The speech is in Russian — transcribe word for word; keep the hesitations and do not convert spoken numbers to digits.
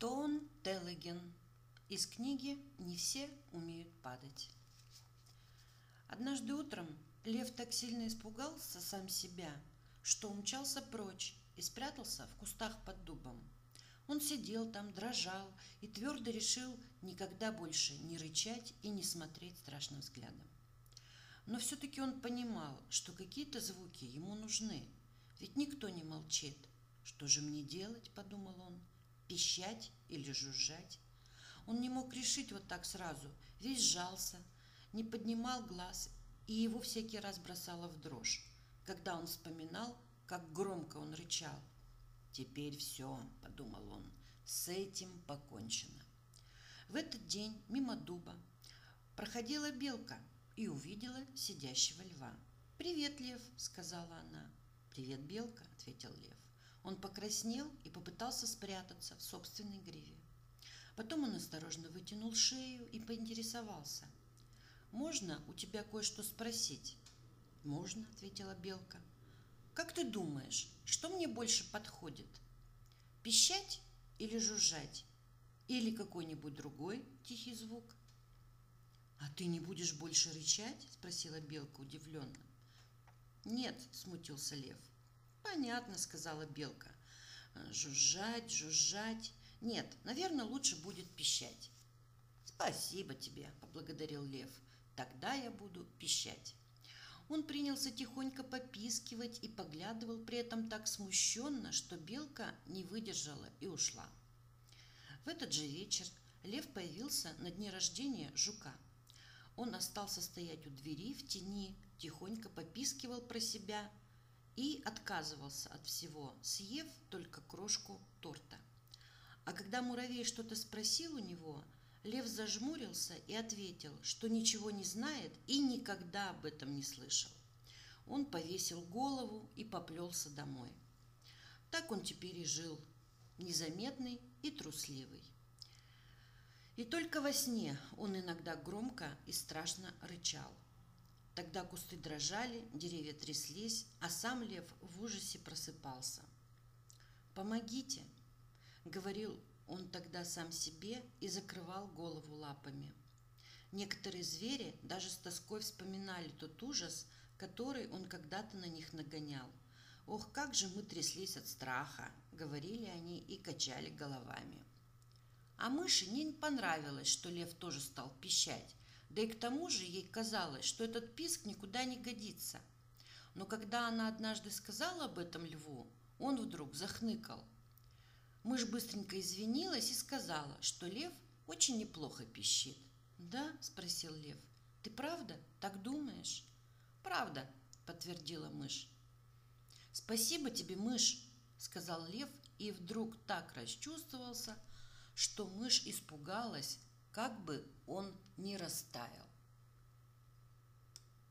Тоон Телеген из книги «Не все умеют падать». Однажды утром лев так сильно испугался сам себя, что умчался прочь и спрятался в кустах под дубом. Он сидел там, дрожал и твердо решил никогда больше не рычать и не смотреть страшным взглядом. Но все-таки он понимал, что какие-то звуки ему нужны, ведь никто не молчит. «Что же мне делать?» – подумал он. «Пищать или жужжать?» Он не мог решить вот так сразу, весь сжался, не поднимал глаз, и его всякий раз бросало в дрожь, когда он вспоминал, как громко он рычал. «Теперь все», – подумал он, – «с этим покончено». В этот день мимо дуба проходила белка и увидела сидящего льва. «Привет, лев», – сказала она. «Привет, белка», – ответил лев. Он покраснел и попытался спрятаться в собственной гриве. Потом он осторожно вытянул шею и поинтересовался. «Можно у тебя кое-что спросить?» «Можно», – ответила белка. «Как ты думаешь, что мне больше подходит? Пищать или жужжать? Или какой-нибудь другой тихий звук?» «А ты не будешь больше рычать?» – спросила белка удивленно. «Нет», – смутился лев. «Понятно», – сказала белка. «Жужжать, жужжать. Нет, наверное, лучше будет пищать». «Спасибо тебе», – поблагодарил лев. «Тогда я буду пищать». Он принялся тихонько попискивать и поглядывал при этом так смущенно, что белка не выдержала и ушла. В этот же вечер лев появился на дне рождения жука. Он остался стоять у двери в тени, тихонько попискивал про себя и отказывался от всего, съев только крошку торта. А когда муравей что-то спросил у него, лев зажмурился и ответил, что ничего не знает и никогда об этом не слышал. Он повесил голову и поплелся домой. Так он теперь и жил, незаметный и трусливый. И только во сне он иногда громко и страшно рычал. Тогда кусты дрожали, деревья тряслись, а сам лев в ужасе просыпался. «Помогите!» — говорил он тогда сам себе и закрывал голову лапами. Некоторые звери даже с тоской вспоминали тот ужас, который он когда-то на них нагонял. «Ох, как же мы тряслись от страха!» — говорили они и качали головами. А мыши не понравилось, что лев тоже стал пищать, да и к тому же ей казалось, что этот писк никуда не годится. Но когда она однажды сказала об этом льву, он вдруг захныкал. Мышь быстренько извинилась и сказала, что лев очень неплохо пищит. «Да?» – спросил лев. «Ты правда так думаешь?» «Правда», – подтвердила мышь. «Спасибо тебе, мышь», – сказал лев и вдруг так расчувствовался, что мышь испугалась, как бы он не растаял.